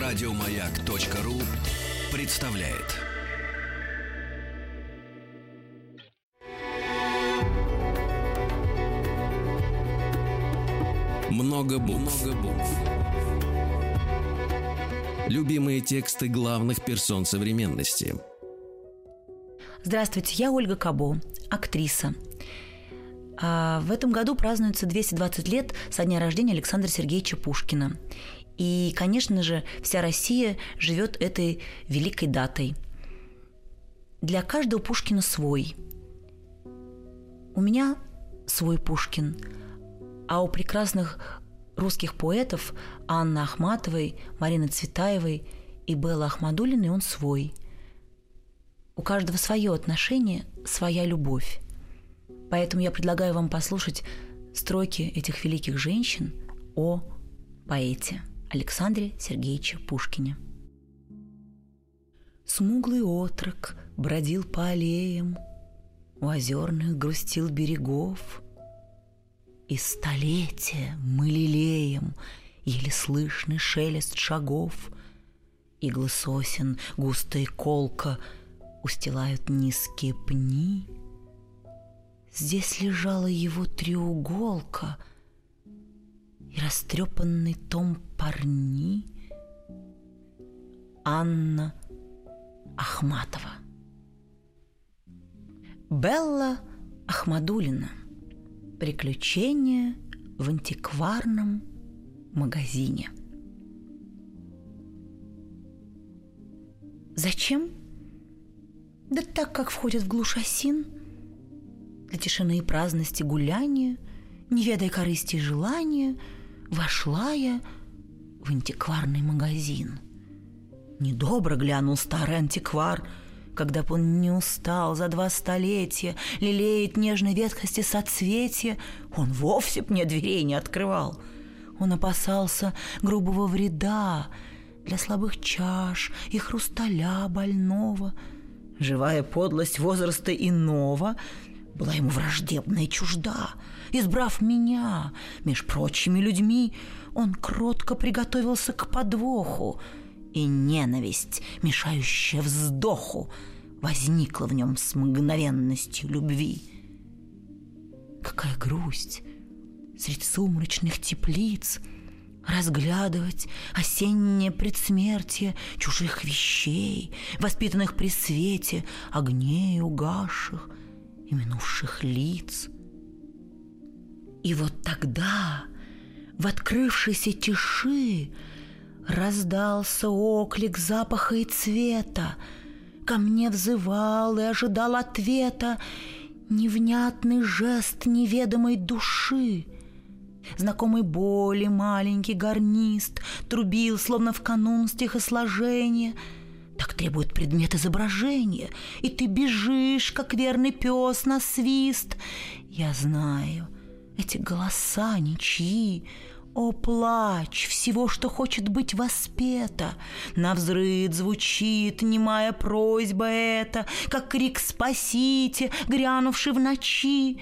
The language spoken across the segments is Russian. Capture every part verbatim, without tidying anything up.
Радиомаяк.ру представляет. Много букв. Много букв. Любимые тексты главных персон современности. Здравствуйте, я Ольга Кабо, актриса. А в этом году празднуется двести двадцать лет со дня рождения Александра Сергеевича Пушкина. И, конечно же, вся Россия живет этой великой датой. Для каждого Пушкина свой. У меня свой Пушкин, а у прекрасных русских поэтов Анны Ахматовой, Марины Цветаевой и Беллы Ахмадуллиной он свой. У каждого свое отношение, своя любовь. Поэтому я предлагаю вам послушать строки этих великих женщин о поэте Александре Сергеевиче Пушкине. Смуглый отрок бродил по аллеям, у озерных грустил берегов, и столетия мы лелеем еле слышный шелест шагов. Иглы сосен густо и колко устилают низкие пни. Здесь лежала его треуголка и растрепанный том Парни. Анна Ахматова. Белла Ахмадуллина. Приключения в антикварном магазине. Зачем? Да так, как входит в глушь осин, для тишины и праздности гуляния, не ведая корысти и желания, вошла я в антикварный магазин. Недобро глянул старый антиквар, когда б он не устал за два столетия лелеять нежной ветхости соцветия, он вовсе б мне дверей не открывал. Он опасался грубого вреда для слабых чаш и хрусталя больного. Живая подлость возраста иного была ему враждебна и чужда. Избрав меня меж прочими людьми, он кротко приготовился к подвоху, и ненависть, мешающая вздоху, возникла в нем с мгновенностью любви. Какая грусть средь сумрачных теплиц разглядывать осеннее предсмертие чужих вещей, воспитанных при свете огней угасших и минувших лиц. И вот тогда в открывшейся тиши раздался оклик запаха и цвета, ко мне взывал и ожидал ответа невнятный жест неведомой души. Знакомый боли маленький гарнист трубил, словно в канун стихосложения. Так требует предмет изображения, и ты бежишь, как верный пес, на свист. Я знаю, эти голоса ничьи. О, плач всего, что хочет быть воспето! Навзрыд звучит немая просьба эта, как крик «Спасите!», грянувший в ночи.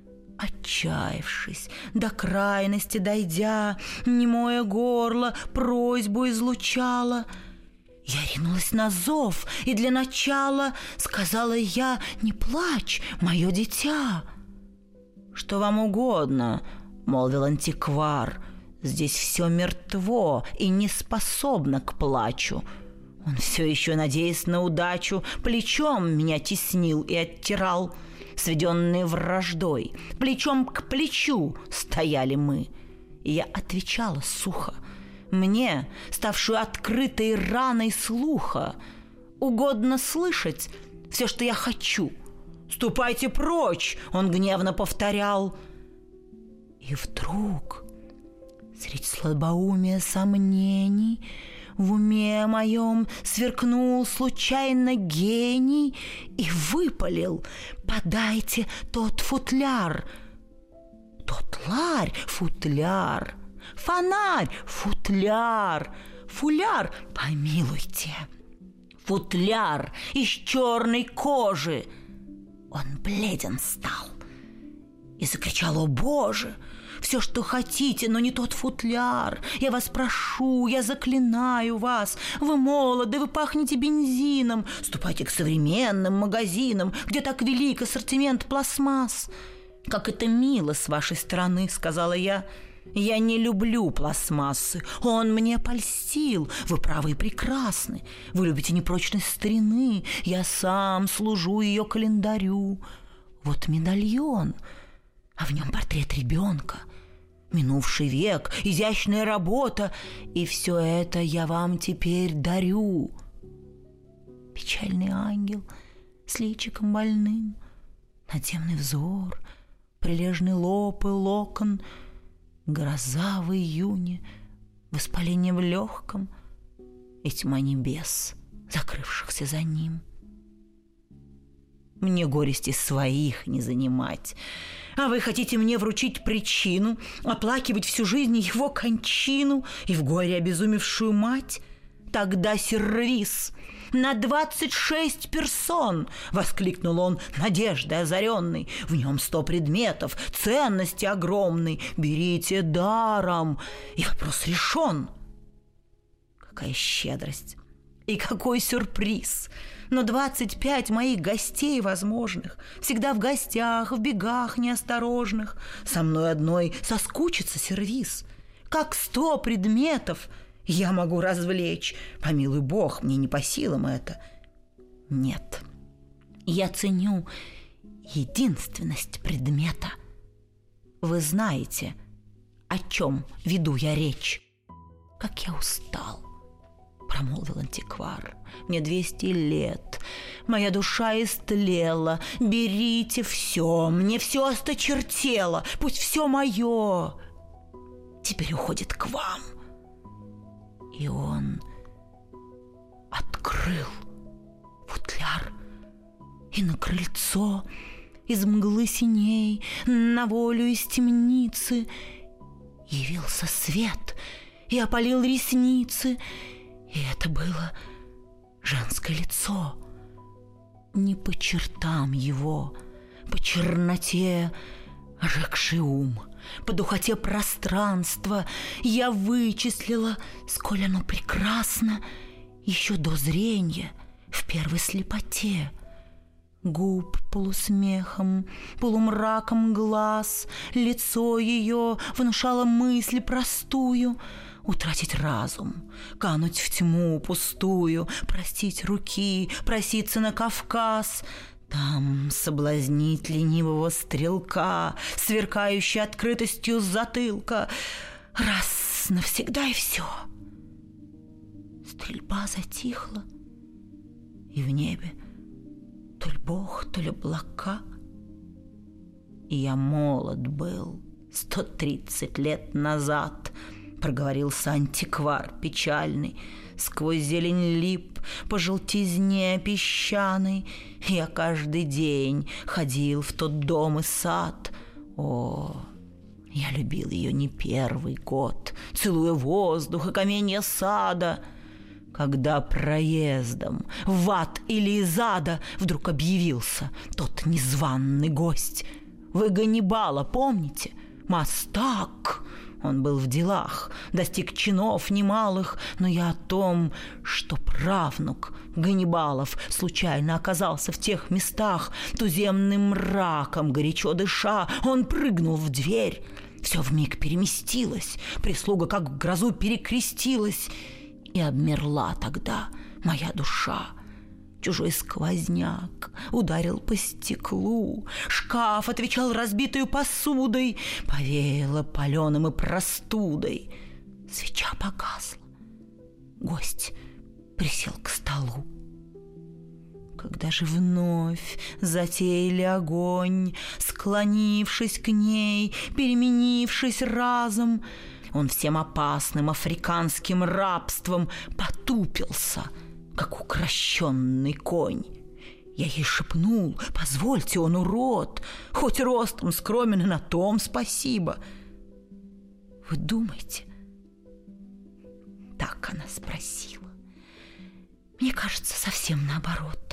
Отчаявшись, до крайности дойдя, немое горло просьбу излучало. Я ринулась на зов, и для начала сказала я: «Не плачь, мое дитя!» «Что вам угодно?» — молвил антиквар. «Здесь все мертво и не способно к плачу». Он все еще, надеясь на удачу, плечом меня теснил и оттирал, сведенные враждой. Плечом к плечу стояли мы. И я отвечала сухо: «Мне, ставшую открытой раной слуха, угодно слышать все, что я хочу». «Ступайте прочь!» — он гневно повторял. И вдруг средь слабоумия сомнений в уме моем сверкнул случайно гений и выпалил: «Подайте тот футляр!» Тот ларь — футляр, фонарь — футляр, фуляр — помилуйте, футляр из черной кожи. Он бледен стал и закричал: «О, Боже! все, что хотите, но не тот футляр. Я вас прошу, я заклинаю вас. Вы молоды, вы пахнете бензином. Ступайте к современным магазинам, где так велик ассортимент пластмасс. Как это мило с вашей стороны, сказала я. Я не люблю пластмассы, он мне польстил. Вы правы и прекрасны. Вы любите непрочность старины. Я сам служу ее календарю. Вот медальон, а в нем портрет ребенка. Минувший век, изящная работа, и все это я вам теперь дарю. Печальный ангел с личиком больным, надземный взор, прилежный лоб и локон, гроза в июне, воспаление в легком и тьма небес, закрывшихся за ним. Мне горести своих не занимать, а вы хотите мне вручить причину, оплакивать всю жизнь его кончину и в горе обезумевшую мать? Тогда сервиз на двадцать шесть персон, воскликнул он, надеждой озаренный. В нем сто предметов, ценности огромной. Берите даром, и вопрос решен. Какая щедрость и какой сюрприз! Но двадцать пять моих гостей возможных, всегда в гостях, в бегах неосторожных. Со мной одной соскучится сервиз. Как сто предметов я могу развлечь. Помилуй Бог, мне не по силам это. Нет, я ценю единственность предмета. Вы знаете, о чем веду я речь. Как я устал, промолвил антиквар. Мне двести лет, моя душа истлела. Берите все, мне все осточертело. Пусть все мое теперь уходит к вам. И он открыл футляр, и на крыльцо из мглы синей, на волю из темницы явился свет и опалил ресницы. И это было женское лицо. Не по чертам его, по черноте ожегший ум, по духоте пространства я вычислила, сколь оно прекрасно еще до зрения в первой слепоте. Губ полусмехом, полумраком глаз, лицо ее внушало мысль простую: утратить разум, кануть в тьму пустую, простить руки, проситься на Кавказ. Там соблазнить ленивого стрелка, сверкающей открытостью затылка. Раз навсегда и все. Стрельба затихла, и в небе то ли Бог, то ли облака. И я молод был сто тридцать лет назад, проговорился антиквар печальный. Сквозь зелень лип, по желтизне песчаной я каждый день ходил в тот дом и сад. О, я любил ее не первый год, целуя воздух и каменья сада. Когда проездом в ад или из ада вдруг объявился тот незваный гость. Вы Ганнибала помните? Мастак! Он был в делах, достиг чинов немалых, но я о том, что правнук Ганнибалов случайно оказался в тех местах, туземным мраком горячо дыша, он прыгнул в дверь. Все вмиг переместилось, прислуга как в грозу перекрестилась, и обмерла тогда моя душа. Чужой сквозняк ударил по стеклу, шкаф отвечал разбитою посудой, повеяло паленым и простудой. Свеча погасла, гость присел к столу. Когда же вновь затеяли огонь, склонившись к ней, переменившись разом, он всем опасным африканским рабством потупился, как укращенный конь. Я ей шепнул: позвольте, он урод, хоть ростом скромен, и на том спасибо. Вы думаете? Так она спросила. Мне кажется, совсем наоборот.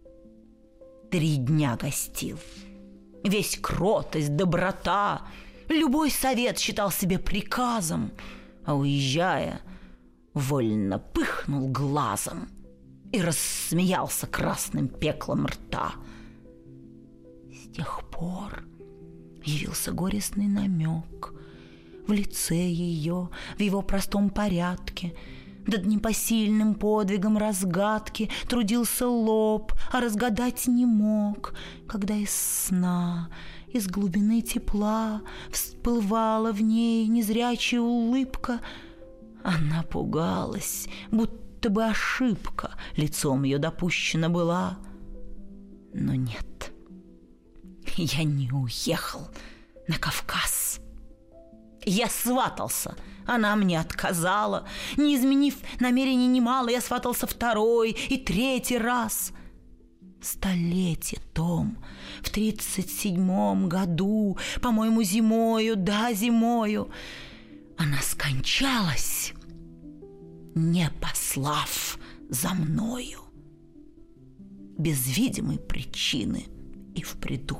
Три дня гостил, весь кротость, доброта, любой совет считал себе приказом, а уезжая, вольно пыхнул глазом и рассмеялся красным пеклом рта. С тех пор явился горестный намек в лице ее, в его простом порядке. Над непосильным подвигом разгадки трудился лоб, а разгадать не мог, когда из сна, из глубины тепла всплывала в ней незрячая улыбка. Она пугалась, будто бы ошибка лицом ее допущена была. Но нет, я не уехал на Кавказ. Я сватался, она мне отказала. Не изменив намерений немало, я сватался второй и третий раз. Столетие том, в тридцать седьмом году, по-моему, зимою, да, зимою, она скончалась, не послав за мною, без видимой причины и в бреду.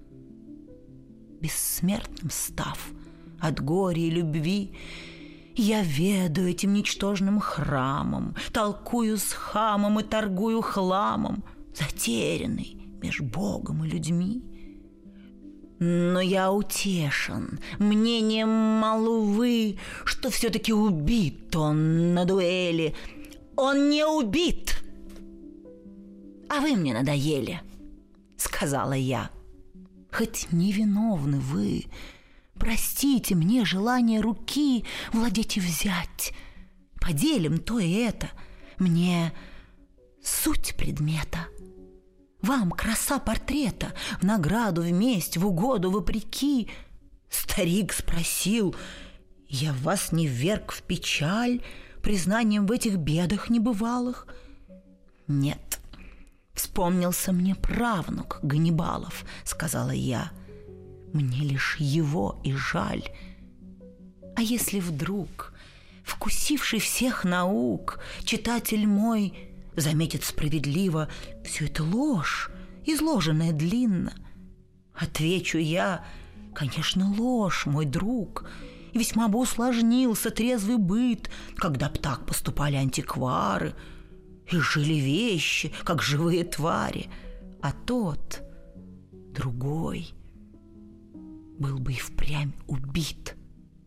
Бессмертным став от горя и любви, я ведаю этим ничтожным храмом, толкую с хамом и торгую хламом, затерянный меж Богом и людьми. Но я утешен мнением молвы, что все-таки убит он на дуэли. Он не убит, а вы мне надоели, сказала я. Хоть невиновны вы, простите мне желание руки владеть и взять. Поделим то и это, мне суть предмета. Вам краса портрета, в награду, в месть, в угоду, вопреки. Старик спросил, я вас не вверг в печаль признанием в этих бедах небывалых? Нет, вспомнился мне правнук Ганнибалов, сказала я. Мне лишь его и жаль. А если вдруг, вкусивший всех наук, читатель мой заметит справедливо, все это ложь, изложенная длинно, отвечу я, конечно, ложь, мой друг, и весьма бы усложнился трезвый быт, когда б так поступали антиквары, и жили вещи, как живые твари, а тот, другой, был бы и впрямь убит.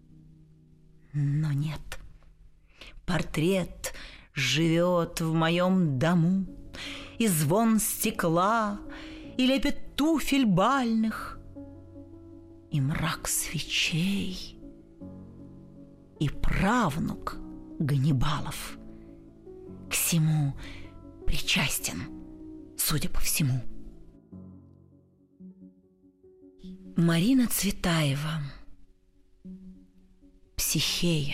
Но нет, портрет живет в моем дому, и звон стекла, и лепет туфель бальных, и мрак свечей, и правнук Ганнибалов к сему причастен, судя по всему. Марина Цветаева. Психея.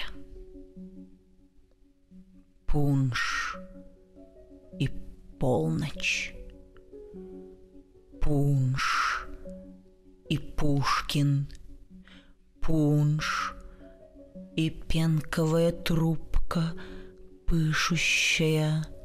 Пунш и полночь. Пунш и Пушкин. Пунш и пенковая трубка, пышущая.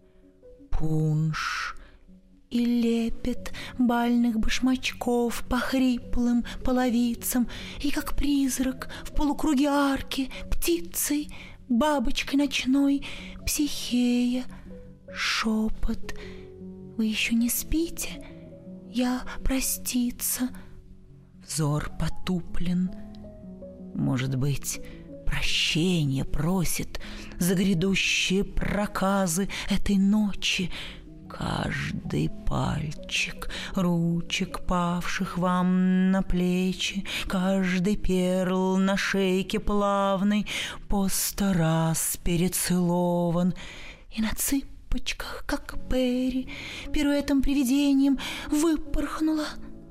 Пунш и лепет бальных башмачков по хриплым половицам, и как призрак в полукруге арки птицей, бабочкой ночной, психея. Шепот: вы еще не спите? Я проститься. Взор потуплен. Может быть, прощение просит за грядущие проказы этой ночи. Каждый пальчик ручек, павших вам на плечи, каждый перл на шейке плавной по сто раз перецелован, и на цыпочках, как Перри, пируэтом привидением выпорхнула.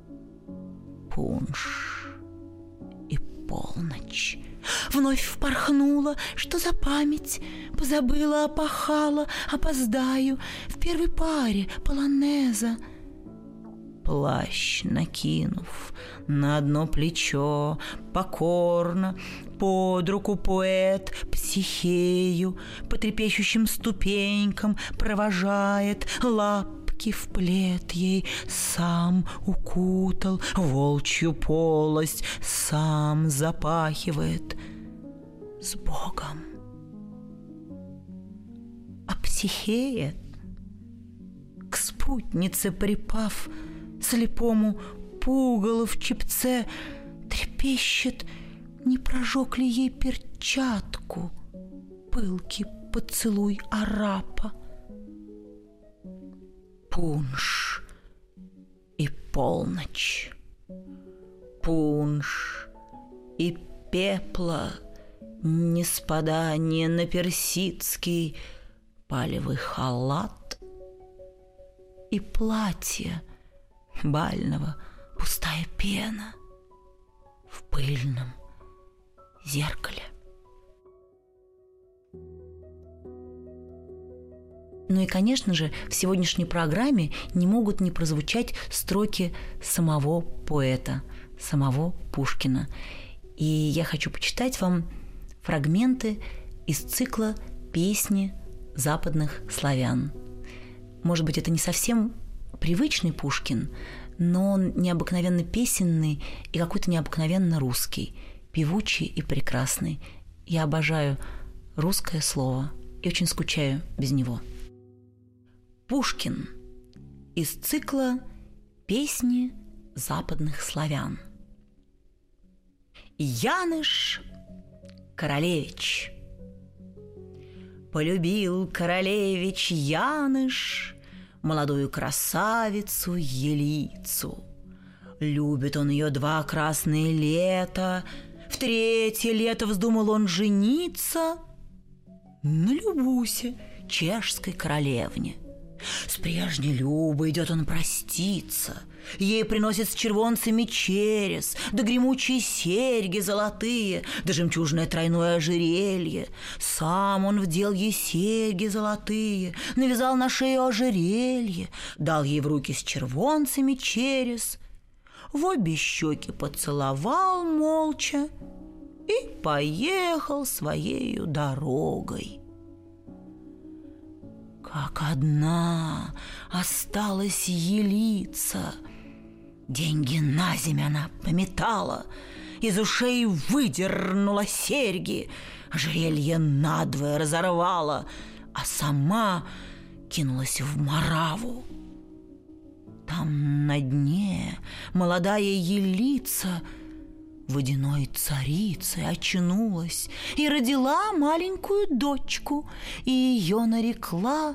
Пунш и полночь. Вновь впорхнула, что за память, позабыла, опахала, опоздаю в первой паре полонеза. Плащ накинув на одно плечо, покорно под руку поэт психею по трепещущим ступенькам провожает, лапки Шапки в плед ей сам укутал, волчью полость сам запахивает. С Богом! А Психея, к спутнице припав, слепому пугалу в чепце, трепещет, не прожег ли ей перчатку пылкий поцелуй арапа. Пунш и полночь, пунш и пепла, не спадание на персидский палевый халат и платье бального пустая пена в пыльном зеркале. Ну и, конечно же, в сегодняшней программе не могут не прозвучать строки самого поэта, самого Пушкина. И я хочу почитать вам фрагменты из цикла «Песни западных славян». Может быть, это не совсем привычный Пушкин, но он необыкновенно песенный и какой-то необыкновенно русский, певучий и прекрасный. Я обожаю русское слово и очень скучаю без него. Пушкин из цикла «Песни западных славян». Яныш Королевич. Полюбил королевич Яныш молодую красавицу Елицу. Любит он ее два красные лета, в третье лето вздумал он жениться на Любусе, чешской королевне. С прежней Любой идет он проститься, ей приносит с червонцами черес, да гремучие серьги золотые, да жемчужное тройное ожерелье. Сам он вдел ей серьги золотые, навязал на шею ожерелье, дал ей в руки с червонцами черес, в обе щеки поцеловал молча и поехал своею дорогой. Как одна осталась Елица, деньги на землю она пометала, из ушей выдернула серьги, ожерелье надвое разорвала, а сама кинулась в Мораву. Там на дне молодая Елица водяной царицей очнулась и родила маленькую дочку, и ее нарекла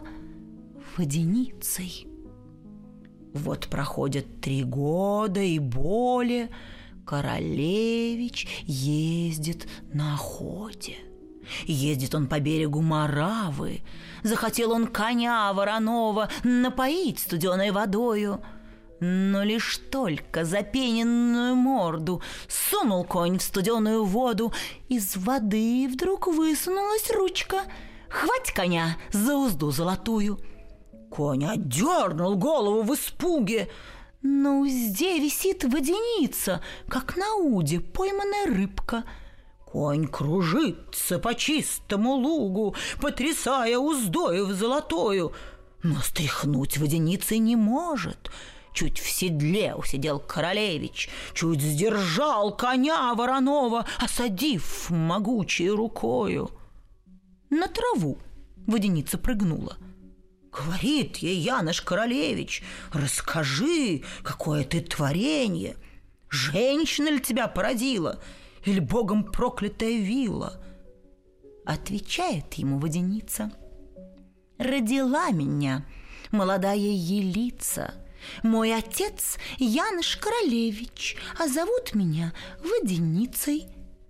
водяницей. Вот проходят три года и более, королевич ездит на охоте. Ездит он по берегу Моравы, захотел он коня вороного напоить студеной водою, но лишь только запененную морду сунул конь в студеную воду, из воды вдруг высунулась ручка. Хвать коня за узду золотую. Конь отдернул голову в испуге. На узде висит водяница, как на уде пойманная рыбка. Конь кружится по чистому лугу, потрясая уздою в золотою, но стряхнуть водяницей не может. Чуть в седле усидел королевич, чуть сдержал коня вороного, осадив могучей рукою. На траву водяница прыгнула. Говорит ей Яныш Королевич: расскажи, какое ты творенье, женщина ли тебя породила, или богом проклятая вилла? Отвечает ему водяница: родила меня молодая Елица. Мой отец Яныш Королевич, а зовут меня водяницей.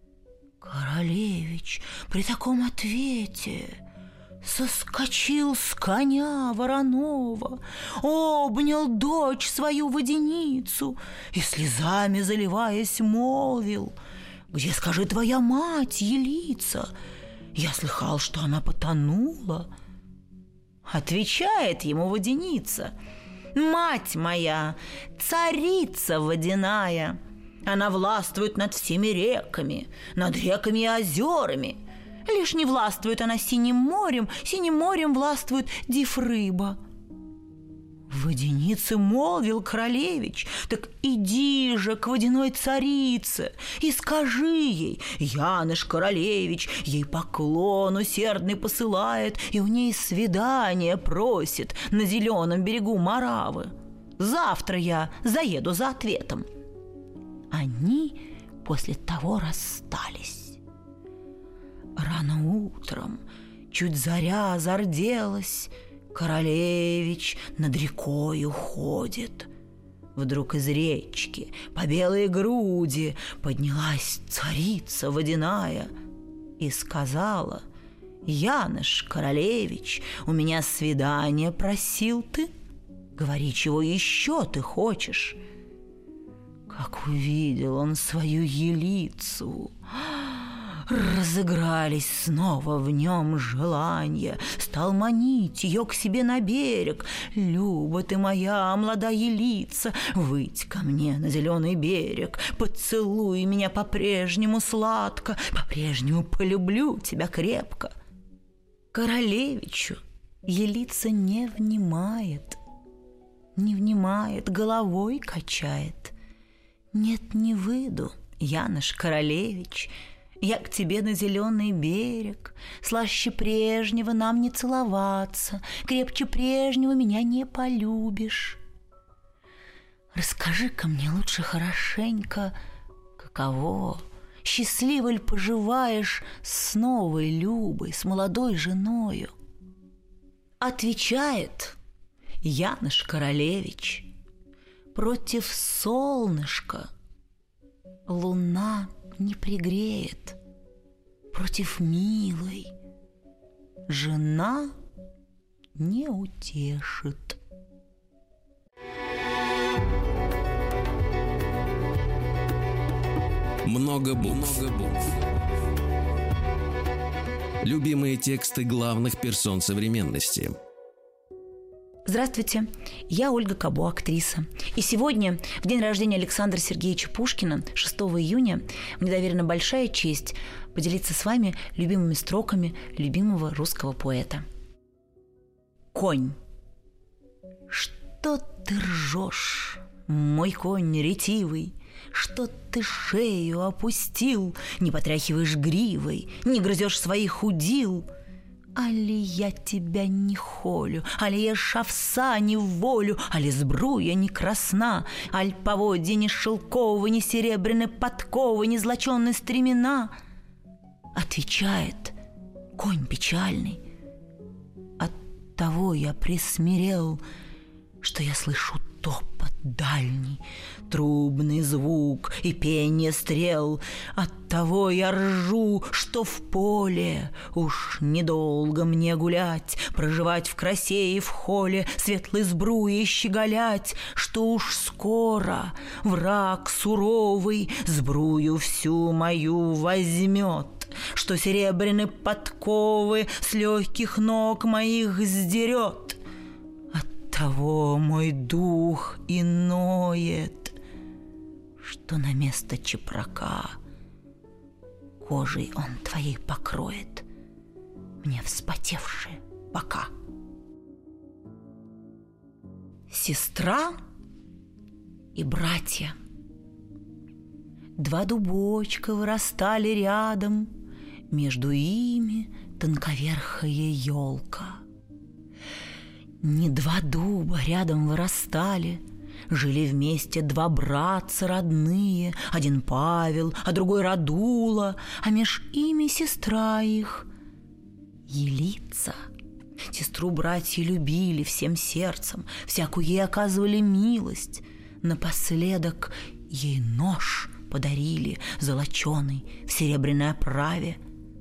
Королевич при таком ответе соскочил с коня вороного, обнял дочь свою водяницу и, слезами заливаясь, молвил: где, скажи, твоя мать, Елица? Я слыхал, что она потонула. Отвечает ему водяница: мать моя, царица водяная. Она властвует над всеми реками, над реками и озерами. Лишь не властвует она синим морем, синим морем властвует див-рыба. Водянице молвил королевич: так иди же к водяной царице и скажи ей: Яныш королевич ей поклон усердный посылает и у ней свидание просит на зеленом берегу Моравы. Завтра я заеду за ответом. Они после того расстались. Рано утром, чуть заря зарделась, королевич над рекой уходит. Вдруг из речки по белой груди поднялась царица водяная и сказала: Яныш королевич, у меня свидание просил ты? Говори, чего еще ты хочешь? Как увидел он свою Елицу, разыгрались снова в нем желания. Стал манить ее к себе на берег: Люба ты моя, молодая Елица, выйдь ко мне на зеленый берег, поцелуй меня по-прежнему сладко, по-прежнему полюблю тебя крепко. Королевичу Елица не внимает, не внимает, головой качает. Нет, не выйду, Яныш королевич, я к тебе на зеленый берег. Слаще прежнего нам не целоваться, крепче прежнего меня не полюбишь. Расскажи-ка мне лучше хорошенько, каково, счастливо ли поживаешь с новой Любой, с молодой женою? Отвечает Яныш королевич: против солнышка луна не пригреет, против милой жена не утешит. Много букв. Много букв. Любимые тексты главных персон современности. Здравствуйте, я Ольга Кабо, актриса. И сегодня, в день рождения Александра Сергеевича Пушкина, шестого июня, мне доверена большая честь поделиться с вами любимыми строками любимого русского поэта. Конь. Что ты ржешь, мой конь ретивый? Что ты шею опустил, не потряхиваешь гривой, не грызешь своих удил? Али я тебя не холю, али я овса не в волю, али сбруя не красна, аль поводья не шелковы, не серебряные подковы, не злоченые стремена? Отвечает конь печальный: оттого я присмирел, что я слышу топот дальний, трубный звук и пение стрел. Оттого я ржу, что в поле уж недолго мне гулять, проживать в красе и в холе, светлой сбруей щеголять, что уж скоро враг суровый сбрую всю мою возьмет, что серебряные подковы с легких ног моих сдерет. Оттого мой дух и ноет, что на место чепрака кожей он твоей покроет мне вспотевшие бока. Сестра и братья. Два дубочка вырастали рядом, между ими тонковерхая елка. Не два дуба рядом вырастали, жили вместе два братца родные, один Павел, а другой Радула, а меж ими сестра их Елица. Сестру братья любили всем сердцем, всякую ей оказывали милость. Напоследок ей нож подарили, золоченый, в серебряной оправе.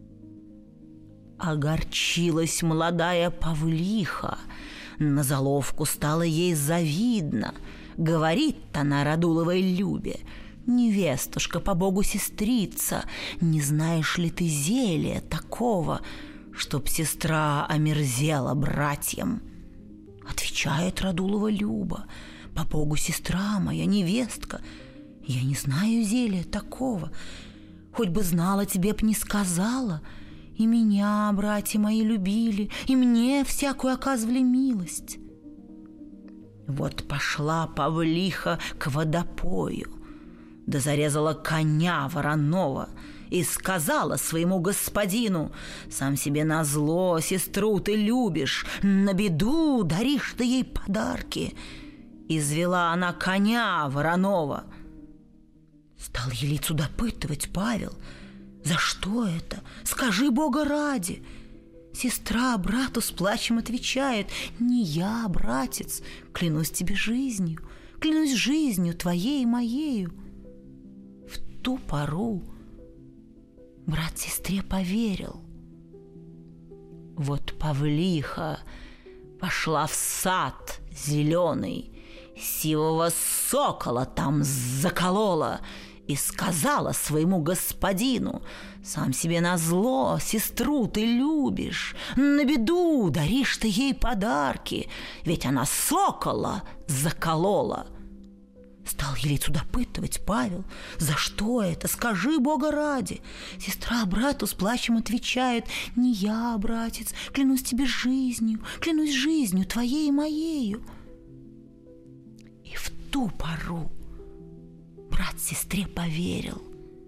Огорчилась молодая Павлиха, на заловку стало ей завидно. Говорит она Радуловой Любе: невестушка, по богу сестрица, не знаешь ли ты зелья такого, чтоб сестра омерзела братьям? Отвечает Радулова Люба: по богу, сестра моя, невестка, я не знаю зелья такого. Хоть бы знала, тебе б не сказала. И меня братья мои любили, и мне всякую оказывали милость. Вот пошла Павлиха к водопою, да зарезала коня вороного и сказала своему господину: «Сам себе назло сестру ты любишь, на беду даришь ты ей подарки». Извела она коня вороного. Стал елицу допытывать Павел: «За что это? Скажи Бога ради». Сестра брату с плачем отвечает: «Не я, братец, клянусь тебе жизнью, клянусь жизнью твоей и моею». В ту пору брат сестре поверил. Вот Павлиха пошла в сад зеленый, сивого сокола там заколола и сказала своему господину: «Сам себе назло сестру ты любишь, на беду даришь ты ей подарки, ведь она сокола заколола». Стал елицу допытывать Павел: «За что это? Скажи Бога ради». Сестра брату с плачем отвечает: «Не я, братец, клянусь тебе жизнью, клянусь жизнью твоей и моею». И в ту пору брат сестре поверил.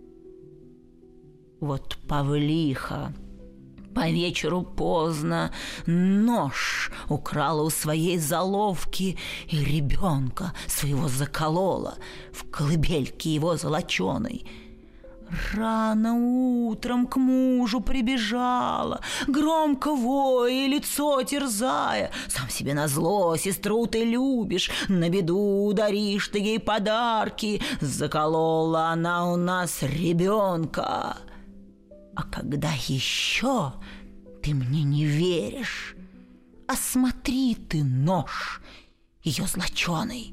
Вот Павлиха по вечеру поздно нож украла у своей заловки и ребенка своего заколола в колыбельке его золоченой. Рано утром к мужу прибежала, громко воя, лицо терзая: «Сам себе назло сестру ты любишь, на беду даришь ты ей подарки, заколола она у нас ребенка. А когда еще ты мне не веришь, осмотри ты нож ее злоченый».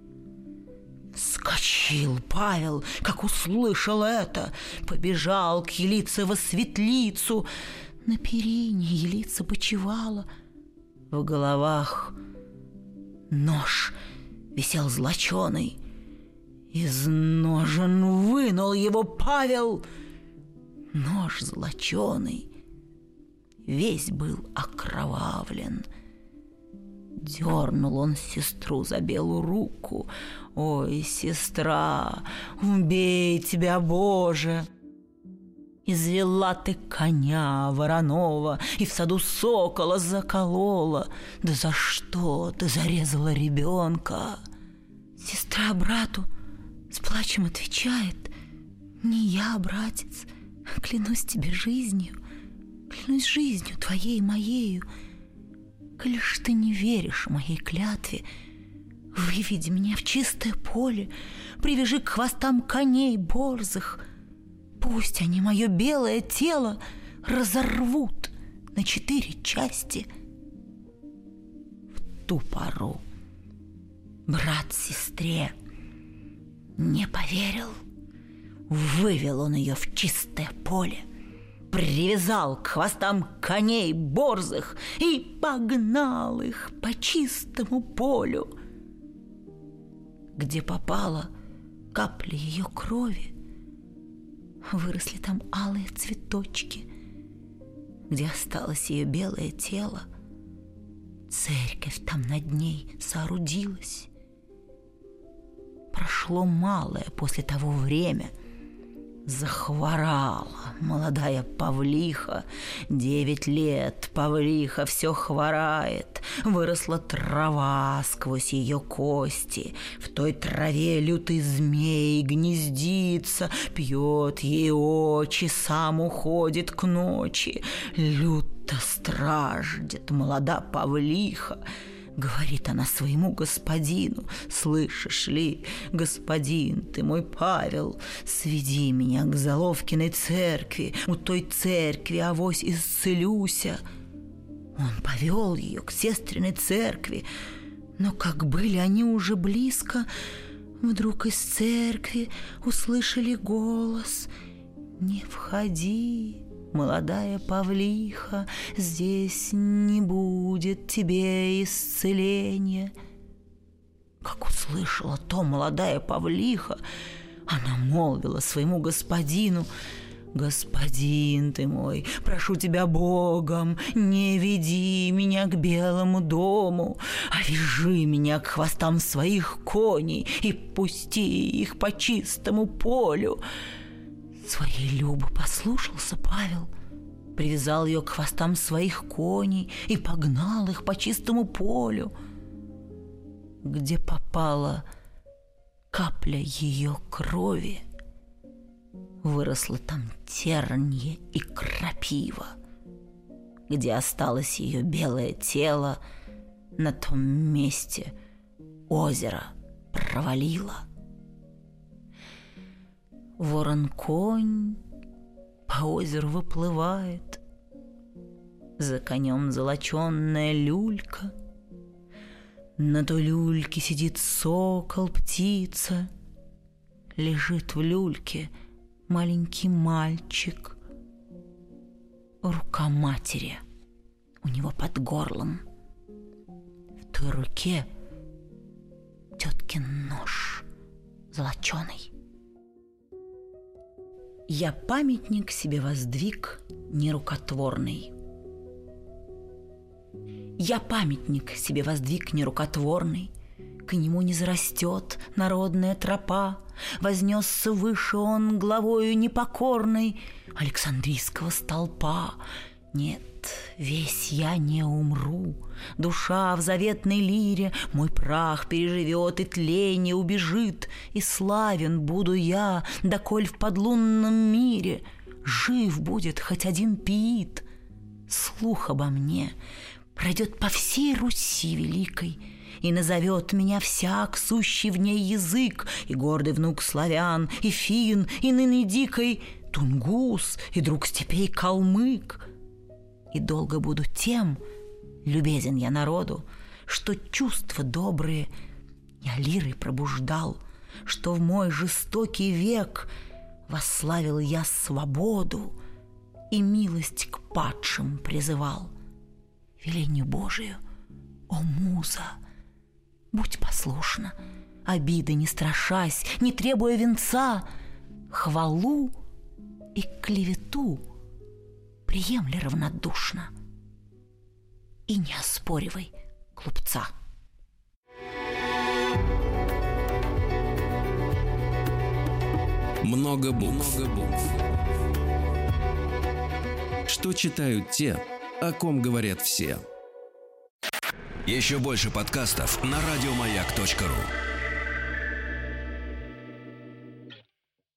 Вскочил Павел, как услышал это, побежал к елице во светлицу. На перине елица почивала, в головах нож висел злоченый. Из ножен вынул его Павел. Нож злоченый весь был окровавлен. Дернул он сестру за белую руку: «Ой, сестра, убей тебя, Боже!» Извела ты коня вороного и в саду сокола заколола. Да за что ты зарезала ребенка? Сестра брату с плачем отвечает: «Не я, братец, клянусь тебе жизнью, клянусь жизнью твоей и моею. Коли ж ты не веришь моей клятве, выведи меня в чистое поле, привяжи к хвостам коней борзых. Пусть они мое белое тело разорвут на четыре части». В ту пору брат сестре не поверил. Вывел он ее в чистое поле, привязал к хвостам коней борзых и погнал их по чистому полю. Где попала капля ее крови, выросли там алые цветочки. Где осталось ее белое тело, церковь там над ней соорудилась. Прошло малое после того время. Захворала молодая Павлиха. Девять лет Павлиха все хворает. Выросла трава сквозь ее кости. В той траве лютый змей гнездится, пьет ей очи, сам уходит к ночи. Люто страждет молода Павлиха. Говорит она своему господину: «Слышишь ли, господин ты мой Павел, сведи меня к Заловкиной церкви, у той церкви авось исцелюся». Он повел ее к сестриной церкви, но как были они уже близко, вдруг из церкви услышали голос: «Не входи, молодая Павлиха, здесь не будет тебе исцеления». Как услышала то молодая Павлиха, она молвила своему господину: «Господин ты мой, прошу тебя Богом, не веди меня к Белому дому, а вяжи меня к хвостам своих коней и пусти их по чистому полю». Своей Любы послушался Павел, привязал ее к хвостам своих коней и погнал их по чистому полю. Где попала капля ее крови, выросло там тернье и крапива. Где осталось ее белое тело, на том месте озеро провалило. Ворон-конь по озеру выплывает, за конем золоченная люлька. На той люльке сидит сокол-птица, лежит в люльке маленький мальчик. Рука матери у него под горлом. В той руке теткин нож золоченый. Я памятник себе воздвиг нерукотворный. Я памятник себе воздвиг нерукотворный, к нему не зарастет народная тропа, вознесся выше он главою непокорной Александрийского столпа. Нет, весь я не умру, душа в заветной лире, мой прах переживет и тление убежит, и славен буду я, доколь в подлунном мире жив будет хоть один пиит. Слух обо мне пройдет по всей Руси великой, и назовет меня всяк, сущий в ней язык, и гордый внук славян, и фин, и ныне дикой тунгус, и друг степей калмык. И долго буду тем любезен я народу, что чувства добрые я лирой пробуждал, что в мой жестокий век восславил я свободу и милость к падшим призывал. Велению Божию, о муза, будь послушна, обиды не страшась, не требуя венца, хвалу и клевету приемли равнодушно и не оспоривай глупца. Много букв. Много букв. Что читают те, о ком говорят все. Еще больше подкастов на радиомаяк точка ру.